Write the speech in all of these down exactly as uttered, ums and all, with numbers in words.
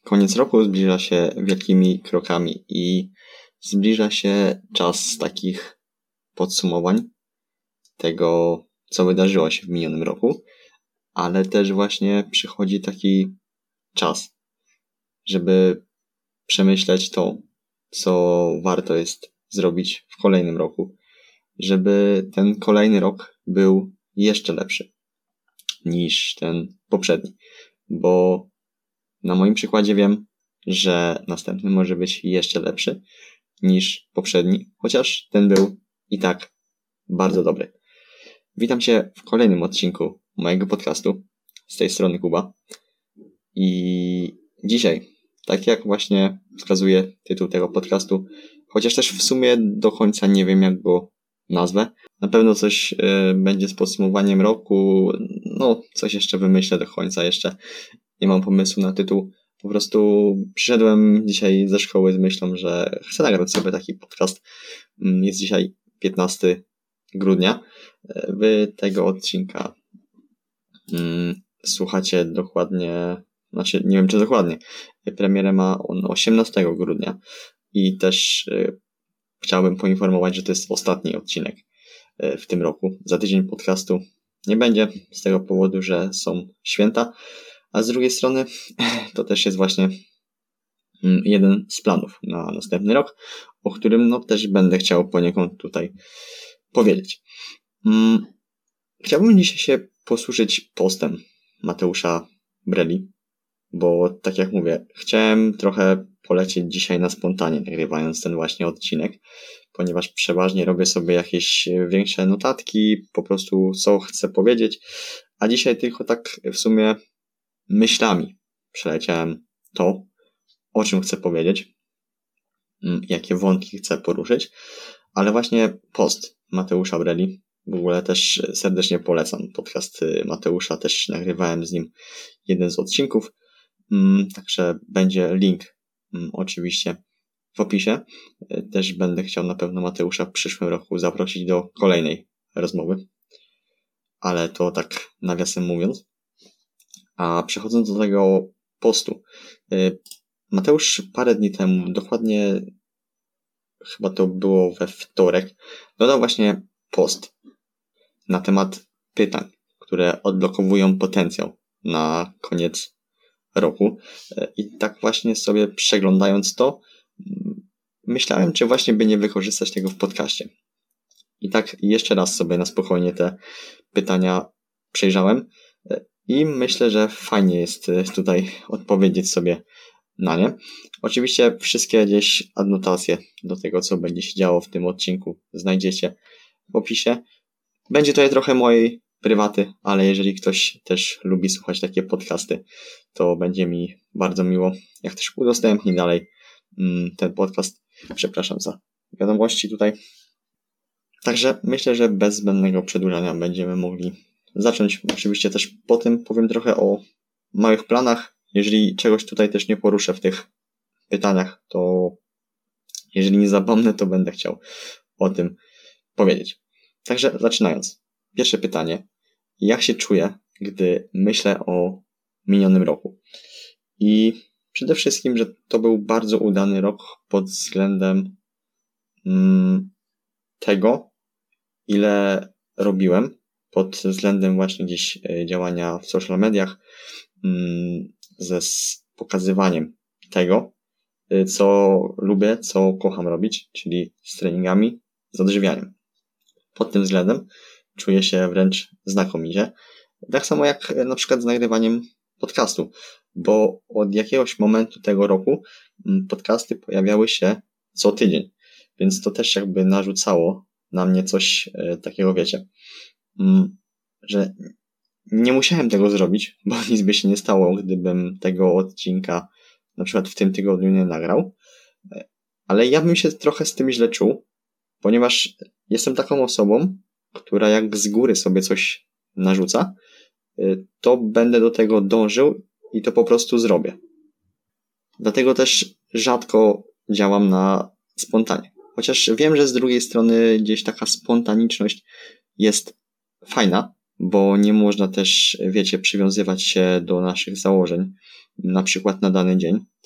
Koniec roku zbliża się wielkimi krokami i zbliża się czas takich podsumowań tego, co wydarzyło się w minionym roku, ale też właśnie przychodzi taki czas, żeby przemyśleć to, co warto jest zrobić w kolejnym roku, żeby ten kolejny rok był jeszcze lepszy niż ten poprzedni, bo na moim przykładzie wiem, że następny może być jeszcze lepszy niż poprzedni, chociaż ten był i tak bardzo dobry. Witam Cię w kolejnym odcinku mojego podcastu, z tej strony Kuba. I dzisiaj, tak jak właśnie wskazuje tytuł tego podcastu, chociaż też w sumie do końca nie wiem, jak go nazwę, na pewno coś y, będzie z podsumowaniem roku, no coś jeszcze wymyślę do końca, jeszcze nie mam pomysłu na tytuł. Po prostu przyszedłem dzisiaj ze szkoły z myślą, że chcę nagrać sobie taki podcast. Jest dzisiaj piętnastego grudnia. Wy tego odcinka hmm, słuchacie dokładnie, znaczy nie wiem czy dokładnie. Premierę ma on osiemnastego grudnia i też y, chciałbym poinformować, że to jest ostatni odcinek y, w tym roku. Za tydzień podcastu nie będzie z tego powodu, że są święta. A z drugiej strony to też jest właśnie jeden z planów na następny rok, o którym no też będę chciał poniekąd tutaj powiedzieć. Chciałbym dzisiaj się posłużyć postem Mateusza Breli, bo tak jak mówię, chciałem trochę polecieć dzisiaj na spontanie, nagrywając ten właśnie odcinek, ponieważ przeważnie robię sobie jakieś większe notatki, po prostu co chcę powiedzieć, a dzisiaj tylko tak w sumie myślami przeleciałem to, o czym chcę powiedzieć, jakie wątki chcę poruszyć, ale właśnie post Mateusza Breli, w ogóle też serdecznie polecam podcast Mateusza, też nagrywałem z nim jeden z odcinków, także będzie link oczywiście w opisie. Też będę chciał na pewno Mateusza w przyszłym roku zaprosić do kolejnej rozmowy, ale to tak nawiasem mówiąc. A przechodząc do tego postu, Mateusz parę dni temu, dokładnie chyba to było we wtorek, dodał właśnie post na temat pytań, które odblokowują potencjał na koniec roku. I tak właśnie sobie przeglądając to, myślałem, czy właśnie by nie wykorzystać tego w podcaście. I tak jeszcze raz sobie na spokojnie te pytania przejrzałem. I myślę, że fajnie jest tutaj odpowiedzieć sobie na nie. Oczywiście wszystkie gdzieś adnotacje do tego, co będzie się działo w tym odcinku, znajdziecie w opisie. Będzie to trochę mojej prywaty, ale jeżeli ktoś też lubi słuchać takie podcasty, to będzie mi bardzo miło, jak też udostępni dalej ten podcast. Przepraszam za wiadomości tutaj. Także myślę, że bez zbędnego przedłużania będziemy mogli zacząć. Oczywiście też po tym powiem trochę o małych planach. Jeżeli czegoś tutaj też nie poruszę w tych pytaniach, to jeżeli nie zapomnę, to będę chciał o tym powiedzieć. Także zaczynając. Pierwsze pytanie. Jak się czuję, gdy myślę o minionym roku? I przede wszystkim, że to był bardzo udany rok pod względem mm, tego, ile robiłem, pod względem właśnie gdzieś działania w social mediach, ze pokazywaniem tego, co lubię, co kocham robić, czyli z treningami, z odżywianiem. Pod tym względem czuję się wręcz znakomicie. Tak samo jak na przykład z nagrywaniem podcastu, bo od jakiegoś momentu tego roku podcasty pojawiały się co tydzień, więc to też jakby narzucało na mnie coś takiego, wiecie, że nie musiałem tego zrobić, bo nic by się nie stało, gdybym tego odcinka na przykład w tym tygodniu nie nagrał, ale ja bym się trochę z tym źle czuł, ponieważ jestem taką osobą, która jak z góry sobie coś narzuca, to będę do tego dążył i to po prostu zrobię. Dlatego też rzadko działam na spontanie. Chociaż wiem, że z drugiej strony gdzieś taka spontaniczność jest fajna, bo nie można też, wiecie, przywiązywać się do naszych założeń, na przykład na dany dzień,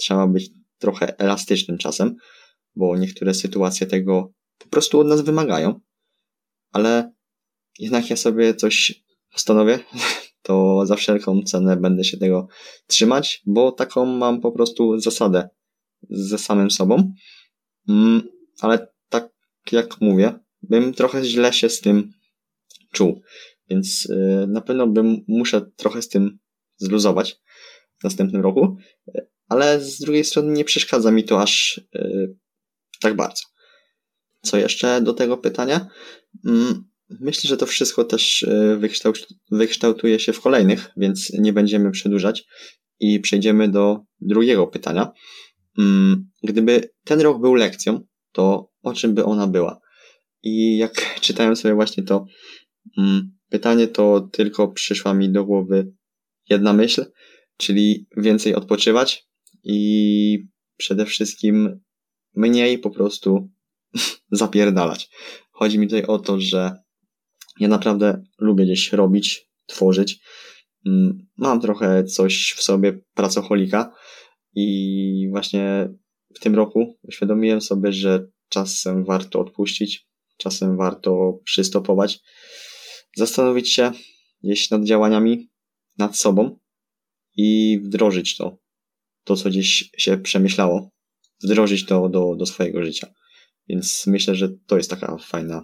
trzeba być trochę elastycznym czasem, bo niektóre sytuacje tego po prostu od nas wymagają, ale jednak ja sobie coś postanowię, to za wszelką cenę będę się tego trzymać, bo taką mam po prostu zasadę ze samym sobą, mm, ale tak jak mówię, bym trochę źle się z tym czuł, więc yy, na pewno bym muszę trochę z tym zluzować w następnym roku, ale z drugiej strony nie przeszkadza mi to aż yy, tak bardzo. Co jeszcze do tego pytania? Mm, myślę, że to wszystko też wykształt, wykształtuje się w kolejnych, więc nie będziemy przedłużać i przejdziemy do drugiego pytania. Gdyby ten rok był lekcją, to o czym by ona była? I jak czytałem sobie właśnie to pytanie, to tylko przyszła mi do głowy jedna myśl, czyli więcej odpoczywać i przede wszystkim mniej po prostu zapierdalać. Chodzi mi tutaj o to, że ja naprawdę lubię gdzieś robić, tworzyć. Mam trochę coś w sobie pracoholika i właśnie w tym roku uświadomiłem sobie, że czasem warto odpuścić, czasem warto przystopować, zastanowić się gdzieś nad działaniami, nad sobą i wdrożyć to, to co gdzieś się przemyślało, wdrożyć to do, do swojego życia. Więc myślę, że to jest taka fajna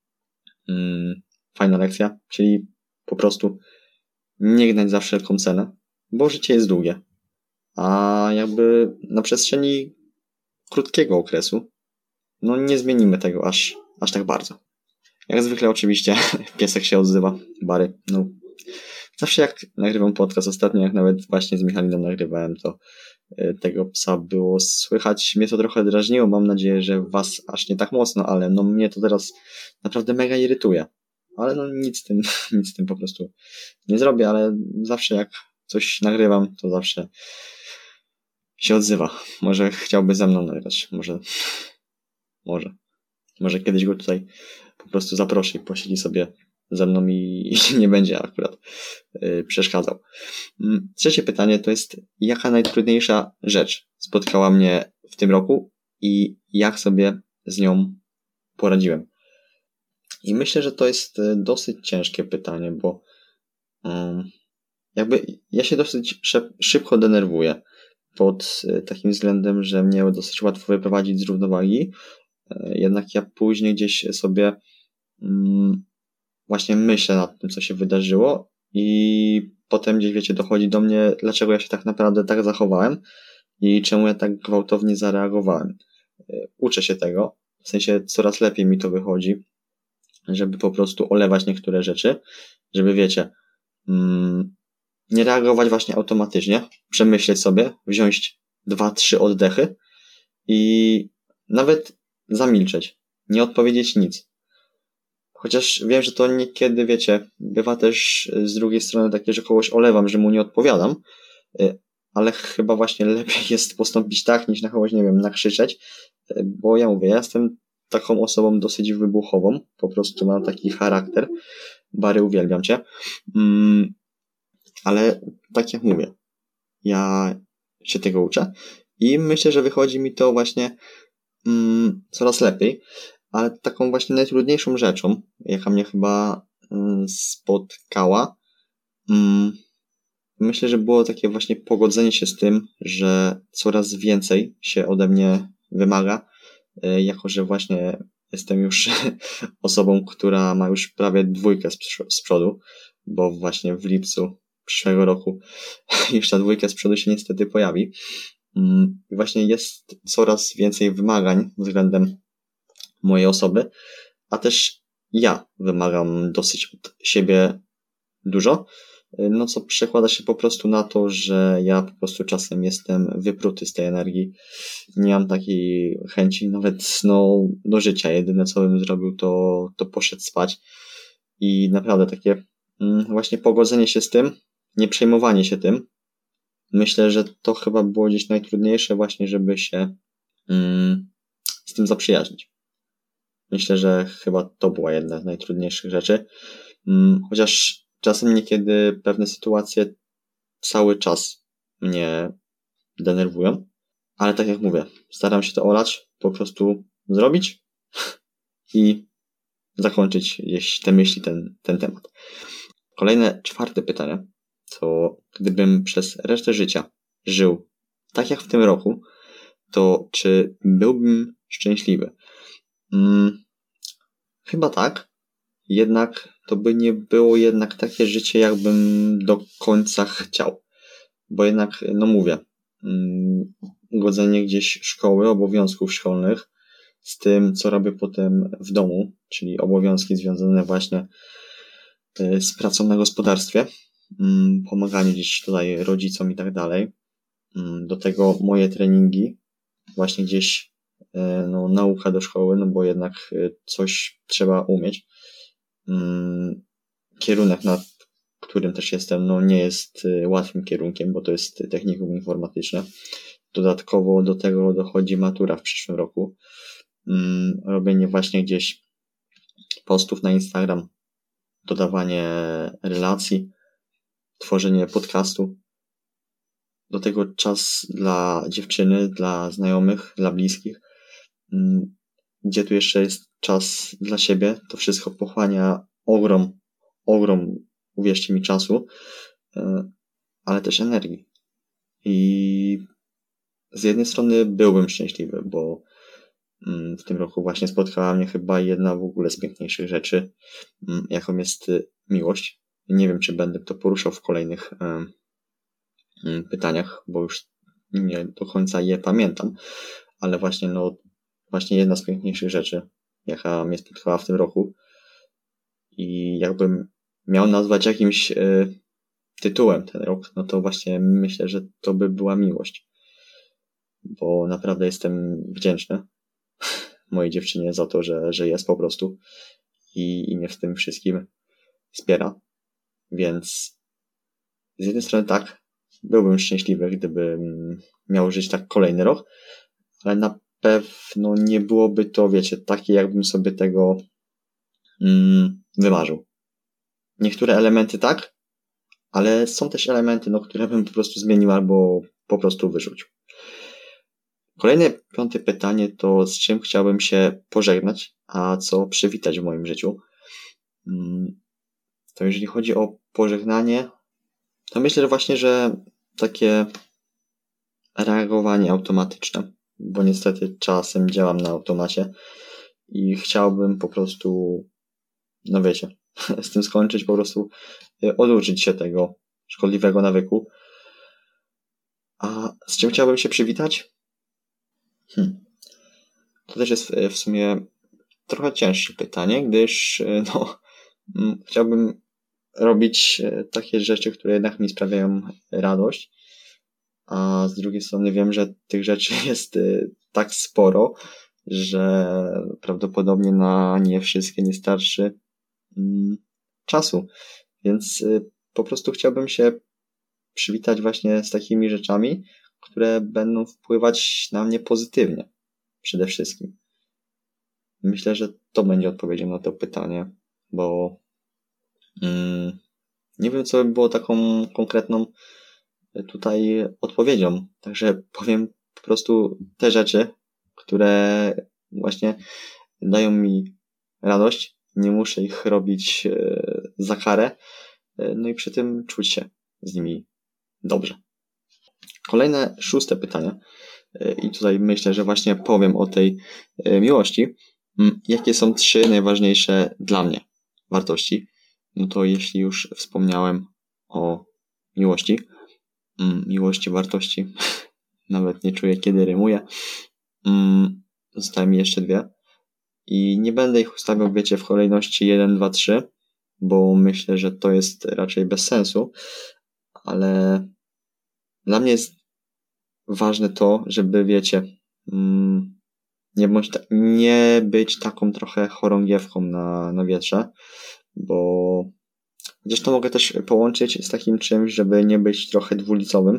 mm, fajna lekcja, czyli po prostu nie gnać za wszelką cenę, bo życie jest długie. A jakby na przestrzeni krótkiego okresu no nie zmienimy tego aż, aż tak bardzo. Jak zwykle oczywiście piesek się odzywa, Bary. No, zawsze jak nagrywam podcast, ostatnio jak nawet właśnie z Michaliną nagrywałem, to tego psa było słychać. Mnie to trochę drażniło, mam nadzieję, że was aż nie tak mocno, ale no mnie to teraz naprawdę mega irytuje. Ale no nic z tym, nic z tym po prostu nie zrobię, ale zawsze jak coś nagrywam, to zawsze się odzywa. Może chciałby ze mną nagrać, może, może, może kiedyś go tutaj po prostu zaproszę i posiedzi sobie ze mną i, i nie będzie akurat yy, przeszkadzał. Trzecie pytanie to jest, jaka najtrudniejsza rzecz spotkała mnie w tym roku i jak sobie z nią poradziłem? I myślę, że to jest dosyć ciężkie pytanie, bo um, jakby ja się dosyć szybko denerwuję pod takim względem, że mnie dosyć łatwo wyprowadzić z równowagi, jednak ja później gdzieś sobie um, właśnie myślę nad tym, co się wydarzyło i potem gdzieś, wiecie, dochodzi do mnie, dlaczego ja się tak naprawdę tak zachowałem i czemu ja tak gwałtownie zareagowałem. Uczę się tego, w sensie coraz lepiej mi to wychodzi, żeby po prostu olewać niektóre rzeczy, żeby, wiecie, mm, nie reagować właśnie automatycznie, przemyśleć sobie, wziąć dwa, trzy oddechy i nawet zamilczeć, nie odpowiedzieć nic. Chociaż wiem, że to niekiedy, wiecie, bywa też z drugiej strony takie, że kogoś olewam, że mu nie odpowiadam, ale chyba właśnie lepiej jest postąpić tak, niż na kogoś, nie wiem, nakrzyczeć, bo ja mówię, ja jestem taką osobą dosyć wybuchową, po prostu mam taki charakter. Bary, uwielbiam cię. Mm, ale tak jak mówię, ja się tego uczę i myślę, że wychodzi mi to właśnie mm, coraz lepiej, ale taką właśnie najtrudniejszą rzeczą, jaka mnie chyba mm, spotkała, mm, myślę, że było takie właśnie pogodzenie się z tym, że coraz więcej się ode mnie wymaga, jako że właśnie jestem już osobą, która ma już prawie dwójkę z, prz- z przodu, bo właśnie w lipcu przyszłego roku już ta dwójka z przodu się niestety pojawi. I właśnie jest coraz więcej wymagań względem mojej osoby, a też ja wymagam dosyć od siebie dużo, no co przekłada się po prostu na to, że ja po prostu czasem jestem wypruty z tej energii, nie mam takiej chęci nawet no, do życia. Jedyne co bym zrobił to, to poszedł spać i naprawdę takie mm, właśnie pogodzenie się z tym, nie przejmowanie się tym, myślę, że to chyba było gdzieś najtrudniejsze właśnie, żeby się mm, z tym zaprzyjaźnić. Myślę, że chyba to była jedna z najtrudniejszych rzeczy, mm, chociaż czasem niekiedy pewne sytuacje cały czas mnie denerwują, Ale tak jak mówię, staram się to olać, po prostu zrobić i zakończyć gdzieś te myśli, ten, ten temat. Kolejne, czwarte pytanie, to gdybym przez resztę życia żył tak jak w tym roku, to czy byłbym szczęśliwy? Hmm, chyba tak, jednak to by nie było jednak takie życie, jakbym do końca chciał. Bo jednak, no mówię, hmm, godzenie gdzieś szkoły, obowiązków szkolnych z tym, co robię potem w domu, czyli obowiązki związane właśnie z pracą na gospodarstwie, pomaganie gdzieś tutaj rodzicom i tak dalej. Do tego moje treningi, właśnie gdzieś no, nauka do szkoły, no bo jednak coś trzeba umieć. Kierunek, nad którym też jestem, no nie jest łatwym kierunkiem, bo to jest technikum informatyczne. Dodatkowo do tego dochodzi matura w przyszłym roku. Robienie właśnie gdzieś postów na Instagram, dodawanie relacji, tworzenie podcastu. Do tego czas dla dziewczyny, dla znajomych, dla bliskich. Gdzie tu jeszcze jest czas dla siebie, to wszystko pochłania ogrom, ogrom, uwierzcie mi, czasu, ale też energii. I z jednej strony byłbym szczęśliwy, bo w tym roku właśnie spotkała mnie chyba jedna w ogóle z piękniejszych rzeczy, jaką jest miłość. Nie wiem, czy będę to poruszał w kolejnych pytaniach, bo już nie do końca je pamiętam, ale właśnie no właśnie jedna z piękniejszych rzeczy, jaka mnie spotkała w tym roku, i jakbym miał nazwać jakimś y, tytułem ten rok, no to właśnie myślę, że to by była miłość, bo naprawdę jestem wdzięczny mojej dziewczynie za to, że, że jest po prostu i, i mnie w tym wszystkim wspiera, więc z jednej strony tak, byłbym szczęśliwy, gdybym miał żyć tak kolejny rok, ale na pewno nie byłoby to, wiecie, takie, jakbym sobie tego mm, wymarzył. Niektóre elementy tak, ale są też elementy, no, które bym po prostu zmienił albo po prostu wyrzucił. Kolejne, piąte pytanie to z czym chciałbym się pożegnać, a co przywitać w moim życiu. To jeżeli chodzi o pożegnanie, to myślę, że właśnie, że takie reagowanie automatyczne, bo niestety czasem działam na automacie i chciałbym po prostu, no wiecie, z tym skończyć, po prostu oduczyć się tego szkodliwego nawyku. A z czym chciałbym się przywitać? Hmm. To też jest w sumie trochę cięższe pytanie, gdyż no, chciałbym robić takie rzeczy, które jednak mi sprawiają radość, a z drugiej strony wiem, że tych rzeczy jest tak sporo, że prawdopodobnie na nie wszystkie nie starczy czasu, więc po prostu chciałbym się przywitać właśnie z takimi rzeczami, które będą wpływać na mnie pozytywnie przede wszystkim. Myślę, że to będzie odpowiedzią na to pytanie, bo mm, nie wiem, co by było taką konkretną tutaj odpowiedzią. Także powiem po prostu te rzeczy, które właśnie dają mi radość. Nie muszę ich robić za karę. No i przy tym czuć się z nimi dobrze. Kolejne, szóste pytanie. I tutaj myślę, że właśnie powiem o tej miłości. Jakie są trzy najważniejsze dla mnie wartości? No to jeśli już wspomniałem o miłości, miłości, wartości, nawet nie czuję, kiedy rymuję, zostały mi jeszcze dwie i nie będę ich ustawiał, wiecie, w kolejności jeden, dwa, trzy, bo myślę, że to jest raczej bez sensu, ale dla mnie jest ważne to, żeby, wiecie, nie bądź, nie być taką trochę chorągiewką na, na wietrze, bo gdzieś to mogę też połączyć z takim czymś, żeby nie być trochę dwulicowym,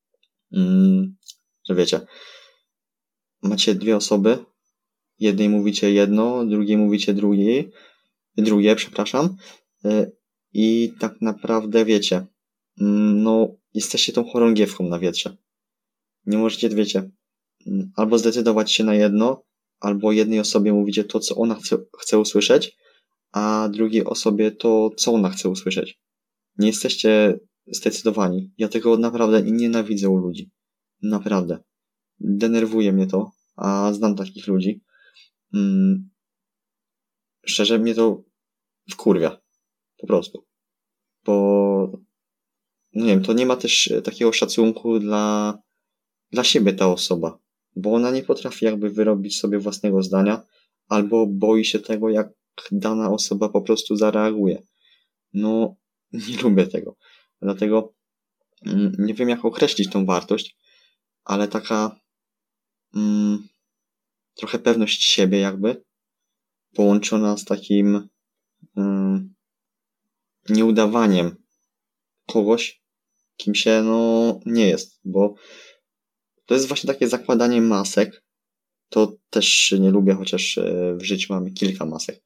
że wiecie, macie dwie osoby, jednej mówicie jedno, drugiej mówicie drugiej, drugie, przepraszam, i tak naprawdę wiecie, no jesteście tą chorągiewką na wietrze. Nie możecie, wiecie, albo zdecydować się na jedno, albo jednej osobie mówicie to, co ona chce, chce usłyszeć, a drugiej osobie to, co ona chce usłyszeć. Nie jesteście zdecydowani. Ja tego naprawdę nienawidzę u ludzi. Naprawdę. Denerwuje mnie to, a znam takich ludzi. Hmm. Szczerze mnie to wkurwia. Po prostu. Bo no nie wiem, to nie ma też takiego szacunku dla, dla siebie ta osoba. Bo ona nie potrafi jakby wyrobić sobie własnego zdania, albo boi się tego, jak dana osoba po prostu zareaguje. No, nie lubię tego. Dlatego mm, nie wiem, jak określić tą wartość, ale taka mm, trochę pewność siebie jakby, połączona z takim mm, nieudawaniem kogoś, kim się no nie jest, bo to jest właśnie takie zakładanie masek. To też nie lubię, chociaż w życiu mamy kilka masek.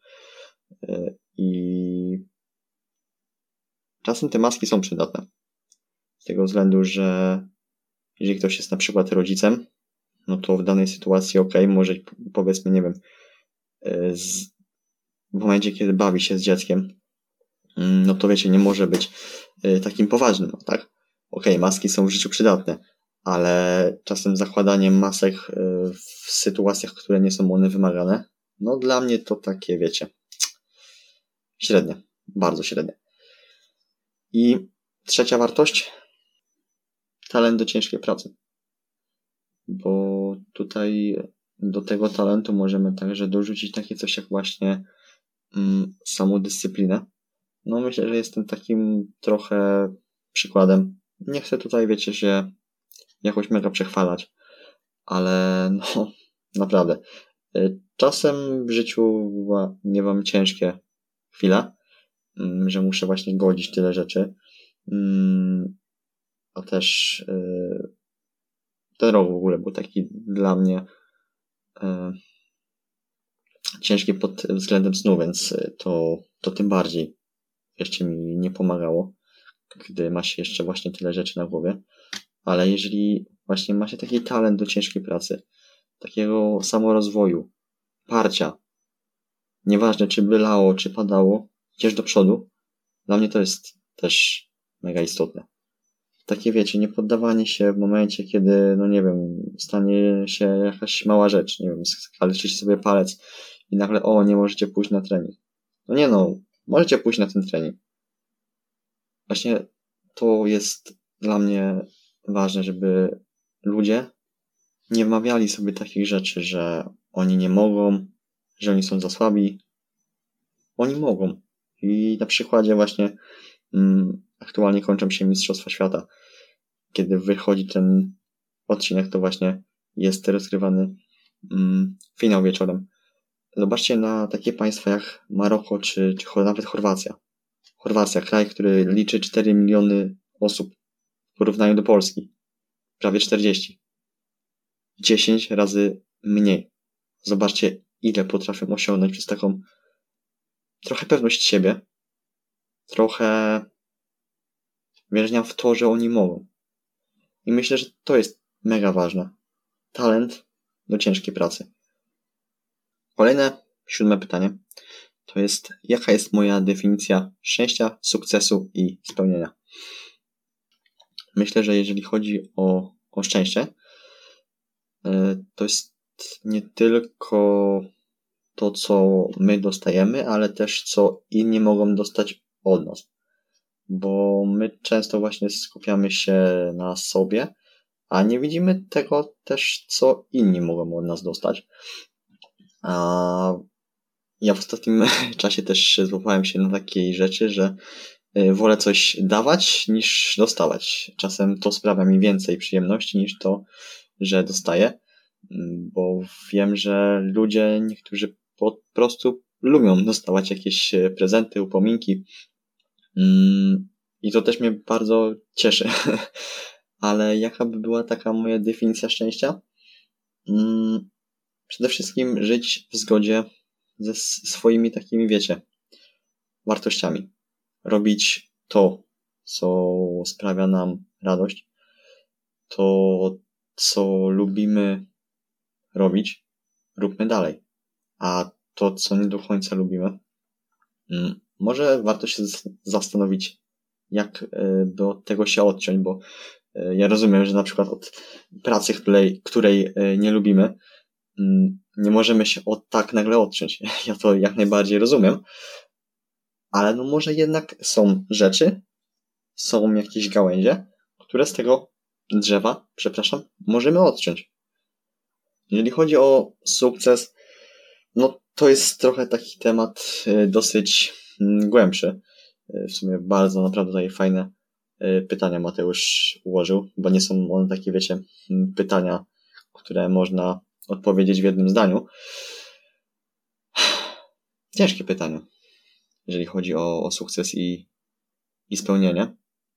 I czasem te maski są przydatne. Z tego względu, że jeżeli ktoś jest na przykład rodzicem, no to w danej sytuacji okej, okay, może powiedzmy, nie wiem, z, w momencie, kiedy bawi się z dzieckiem, no to wiecie, nie może być takim poważnym, tak? Okej, okay, maski są w życiu przydatne, ale czasem zakładanie masek w sytuacjach, które nie są one wymagane, no dla mnie to takie, wiecie, średnie, bardzo średnie. I trzecia wartość, talent do ciężkiej pracy. Bo tutaj do tego talentu możemy także dorzucić takie coś jak właśnie mm, samodyscyplinę. No myślę, że jestem takim trochę przykładem. Nie chcę tutaj, wiecie, się jakoś mega przechwalać, ale no naprawdę. Czasem w życiu miewam ciężkie chwile, że muszę właśnie godzić tyle rzeczy. A też ten rok w ogóle był taki dla mnie ciężki pod względem snu, więc to, to tym bardziej jeszcze mi nie pomagało, gdy ma się jeszcze właśnie tyle rzeczy na głowie. Ale jeżeli właśnie ma się taki talent do ciężkiej pracy, takiego samorozwoju, parcia, nieważne czy bylało, czy padało, idziesz do przodu, dla mnie to jest też mega istotne. Takie wiecie, nie poddawanie się w momencie, kiedy, no nie wiem, stanie się jakaś mała rzecz, nie wiem, skaleczycie sobie palec i nagle, o, nie możecie pójść na trening. No nie no, możecie pójść na ten trening. Właśnie to jest dla mnie ważne, żeby ludzie nie wmawiali sobie takich rzeczy, że oni nie mogą, że oni są za słabi. Oni mogą. I na przykładzie właśnie mm, aktualnie kończą się Mistrzostwa Świata. Kiedy wychodzi ten odcinek, to właśnie jest rozgrywany mm, finał wieczorem. Zobaczcie na takie państwa jak Maroko czy, czy nawet Chorwacja. Chorwacja, kraj, który liczy cztery miliony osób w porównaniu do Polski. Prawie czterdzieści. dziesięć razy mniej. Zobaczcie, ile potrafią osiągnąć przez taką trochę pewność siebie, trochę wierzenia w to, że oni mogą. I myślę, że to jest mega ważne. Talent do ciężkiej pracy. Kolejne, siódme pytanie, to jest, jaka jest moja definicja szczęścia, sukcesu i spełnienia? Myślę, że jeżeli chodzi o, o szczęście, to jest nie tylko to, co my dostajemy, ale też co inni mogą dostać od nas. Bo my często właśnie skupiamy się na sobie, a nie widzimy tego też, co inni mogą od nas dostać. A ja w ostatnim czasie też złapałem się na takiej rzeczy, że wolę coś dawać niż dostawać. Czasem to sprawia mi więcej przyjemności niż to, że dostaję, bo wiem, że ludzie niektórzy po prostu lubią dostawać jakieś prezenty, upominki i to też mnie bardzo cieszy. Ale jaka by była taka moja definicja szczęścia? Przede wszystkim żyć w zgodzie ze swoimi takimi, wiecie, wartościami. Robić to, co sprawia nam radość, to, co lubimy robić, róbmy dalej. A to, co nie do końca lubimy, może warto się zastanowić, jak by od tego się odciąć, bo ja rozumiem, że na przykład od pracy, której, której nie lubimy, nie możemy się od tak nagle odciąć. Ja to jak najbardziej rozumiem, ale no może jednak są rzeczy, są jakieś gałęzie, które z tego drzewa, przepraszam, możemy odciąć. Jeżeli chodzi o sukces, no to jest trochę taki temat dosyć głębszy. W sumie bardzo naprawdę tutaj fajne pytania Mateusz ułożył, bo nie są one takie, wiecie, pytania, które można odpowiedzieć w jednym zdaniu. Ciężkie pytania, jeżeli chodzi o, o sukces i, i spełnienie.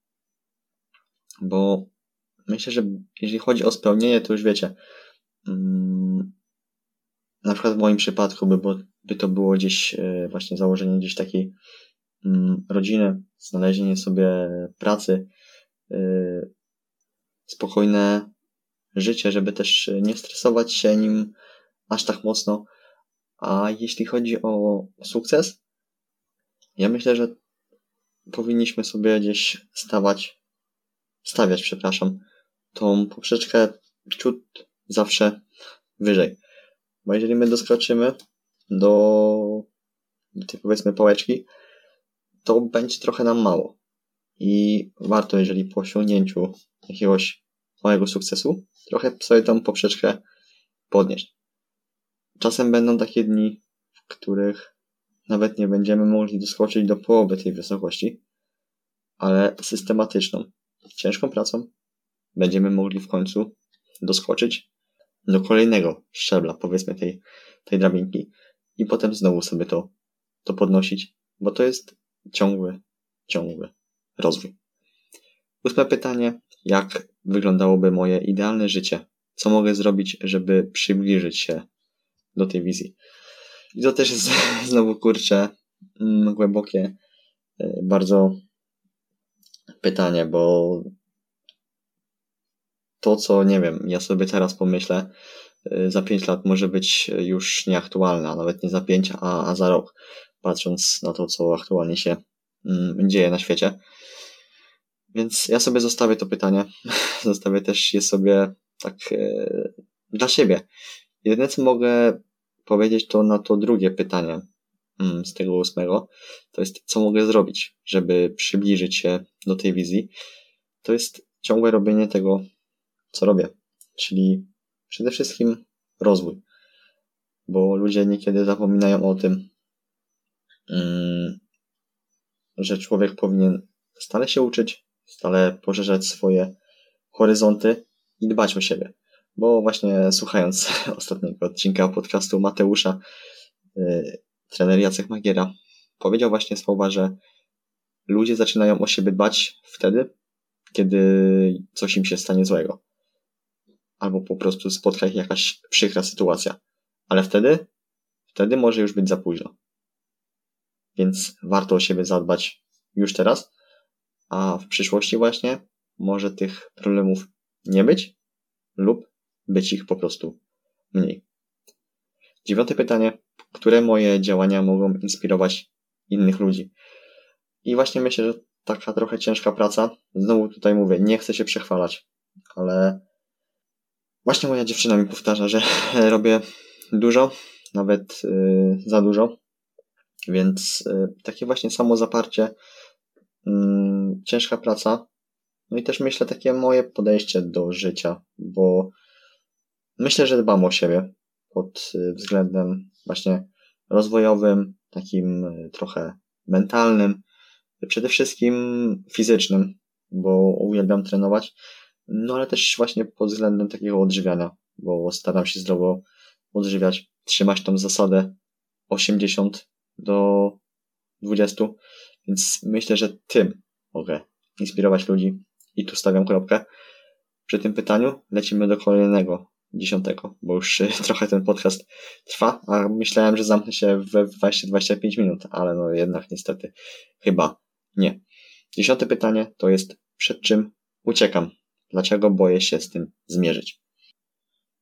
Bo myślę, że jeżeli chodzi o spełnienie, to już wiecie, mm, na przykład w moim przypadku by, bo, by to było gdzieś e, właśnie założenie gdzieś takiej mm, rodziny, znalezienie sobie pracy, e, spokojne życie, żeby też nie stresować się nim aż tak mocno. A jeśli chodzi o sukces, ja myślę, że powinniśmy sobie gdzieś stawać, stawiać, przepraszam, tą poprzeczkę ciut zawsze wyżej. Bo jeżeli my doskoczymy do, do tej, powiedzmy, pałeczki, to będzie trochę nam mało. I warto, jeżeli po osiągnięciu jakiegoś małego sukcesu, trochę sobie tą poprzeczkę podnieść. Czasem będą takie dni, w których nawet nie będziemy mogli doskoczyć do połowy tej wysokości, ale systematyczną, ciężką pracą będziemy mogli w końcu doskoczyć do kolejnego szczebla, powiedzmy tej, tej drabinki, i potem znowu sobie to, to podnosić, bo to jest ciągły, ciągły rozwój. Ósme pytanie. Jak wyglądałoby moje idealne życie? Co mogę zrobić, żeby przybliżyć się do tej wizji? I to też jest znowu, kurczę, głębokie bardzo pytanie, bo to, co, nie wiem, ja sobie teraz pomyślę, za pięć lat może być już nieaktualne, a nawet nie za pięć, a, a za rok, patrząc na to, co aktualnie się mm, dzieje na świecie. Więc ja sobie zostawię to pytanie, zostawię też je sobie tak e, dla siebie. Jedyne, co mogę powiedzieć, to na to drugie pytanie mm, z tego ósmego, to jest, co mogę zrobić, żeby przybliżyć się do tej wizji. To jest ciągłe robienie tego, co robię, czyli przede wszystkim rozwój, bo ludzie niekiedy zapominają o tym, mm, że człowiek powinien stale się uczyć, stale poszerzać swoje horyzonty i dbać o siebie. Bo właśnie słuchając ostatniego odcinka podcastu Mateusza, yy, trener Jacek Magiera powiedział właśnie słowa, że ludzie zaczynają o siebie dbać wtedy, kiedy coś im się stanie złego. Albo po prostu spotka ich jakaś przykra sytuacja. Ale wtedy, wtedy może już być za późno. Więc warto o siebie zadbać już teraz, a w przyszłości właśnie może tych problemów nie być lub być ich po prostu mniej. Dziewiąte pytanie. Które moje działania mogą inspirować innych ludzi? I właśnie myślę, że taka trochę ciężka praca. Znowu tutaj mówię, nie chcę się przechwalać, ale właśnie moja dziewczyna mi powtarza, że robię dużo, nawet yy, za dużo. Więc yy, takie właśnie samozaparcie, yy, ciężka praca. No i też myślę takie moje podejście do życia, bo myślę, że dbam o siebie pod względem właśnie rozwojowym, takim trochę mentalnym, przede wszystkim fizycznym, bo uwielbiam trenować, no ale też właśnie pod względem takiego odżywiania, bo staram się zdrowo odżywiać, trzymać tą zasadę osiemdziesiąt do dwudziestu, więc myślę, że tym mogę inspirować ludzi i tu stawiam kropkę. Przy tym pytaniu lecimy do kolejnego, dziesiątego, bo już trochę ten podcast trwa, a myślałem, że zamknę się we dwadzieścia do dwudziestu pięciu minut, ale no jednak niestety chyba nie. Dziesiąte pytanie to jest, przed czym uciekam? Dlaczego boję się z tym zmierzyć?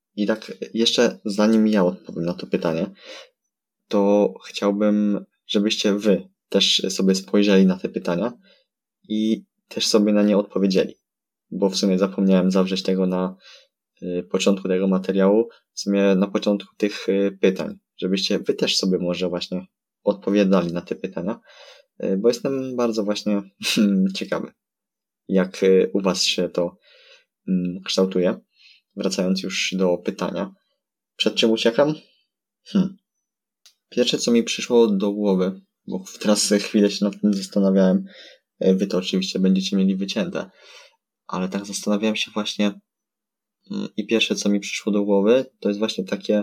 I tak jeszcze zanim ja odpowiem na to pytanie, to chciałbym, żebyście wy też sobie spojrzeli na te pytania i też sobie na nie odpowiedzieli. Bo w sumie zapomniałem zawrzeć tego na y, początku tego materiału, w sumie na początku tych y, pytań, żebyście wy też sobie może właśnie odpowiadali na te pytania, y, bo jestem bardzo właśnie ciekawy, jak y, u was się to y, kształtuje. Wracając już do pytania, przed czym uciekam? Hmm. Pierwsze, co mi przyszło do głowy, bo teraz chwilę się nad tym zastanawiałem, wy to oczywiście będziecie mieli wycięte, ale tak zastanawiałem się właśnie i pierwsze, co mi przyszło do głowy, to jest właśnie takie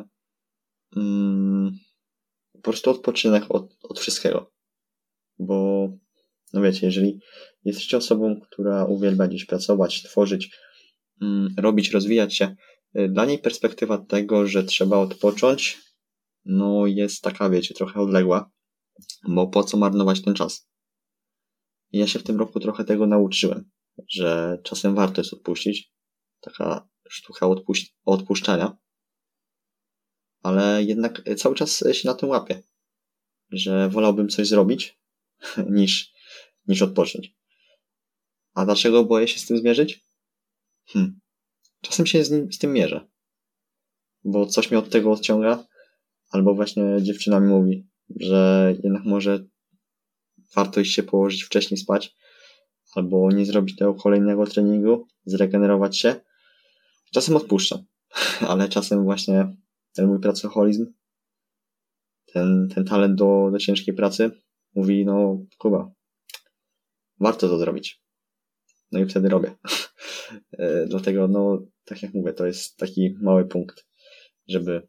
mm, po prostu odpoczynek od, od wszystkiego. Bo, no wiecie, jeżeli jesteście osobą, która uwielbia gdzieś pracować, tworzyć, mm, robić, rozwijać się, dla niej perspektywa tego, że trzeba odpocząć, no jest taka, wiecie, trochę odległa, bo po co marnować ten czas? I ja się w tym roku trochę tego nauczyłem, że czasem warto jest odpuścić, taka sztuka odpuś- odpuszczania, ale jednak cały czas się na tym łapię, że wolałbym coś zrobić niż, niż odpocząć. A dlaczego boję się z tym zmierzyć? Hmm. Czasem się z, nim, z tym mierzę, bo coś mnie od tego odciąga, albo właśnie dziewczyna mi mówi, że jednak może warto iść się położyć wcześniej spać, albo nie zrobić tego kolejnego treningu, zregenerować się. Czasem odpuszczam, ale czasem właśnie ten mój pracoholizm, ten, ten talent do, do ciężkiej pracy mówi, no Kuba, warto to zrobić. No i wtedy robię. Dlatego, no, tak jak mówię, to jest taki mały punkt, żeby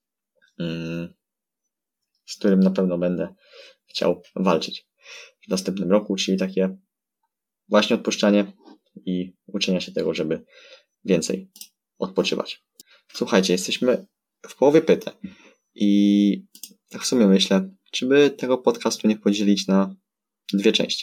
mm, z którym na pewno będę chciał walczyć w następnym roku, czyli takie właśnie odpuszczanie i uczenia się tego, żeby więcej odpoczywać. Słuchajcie, jesteśmy w połowie pytań i tak w sumie myślę, czy by tego podcastu nie podzielić na dwie części,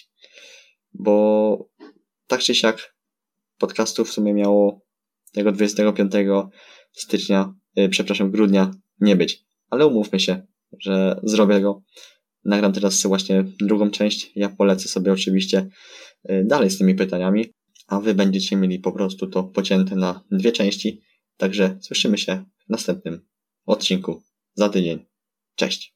bo tak czy siak podcastu w sumie miało tego dwudziestego piątego stycznia, yy, przepraszam, grudnia nie być, ale umówmy się, że zrobię go. Nagram teraz właśnie drugą część, ja polecę sobie oczywiście yy, dalej z tymi pytaniami, a wy będziecie mieli po prostu to pocięte na dwie części, także słyszymy się w następnym odcinku za tydzień. Cześć!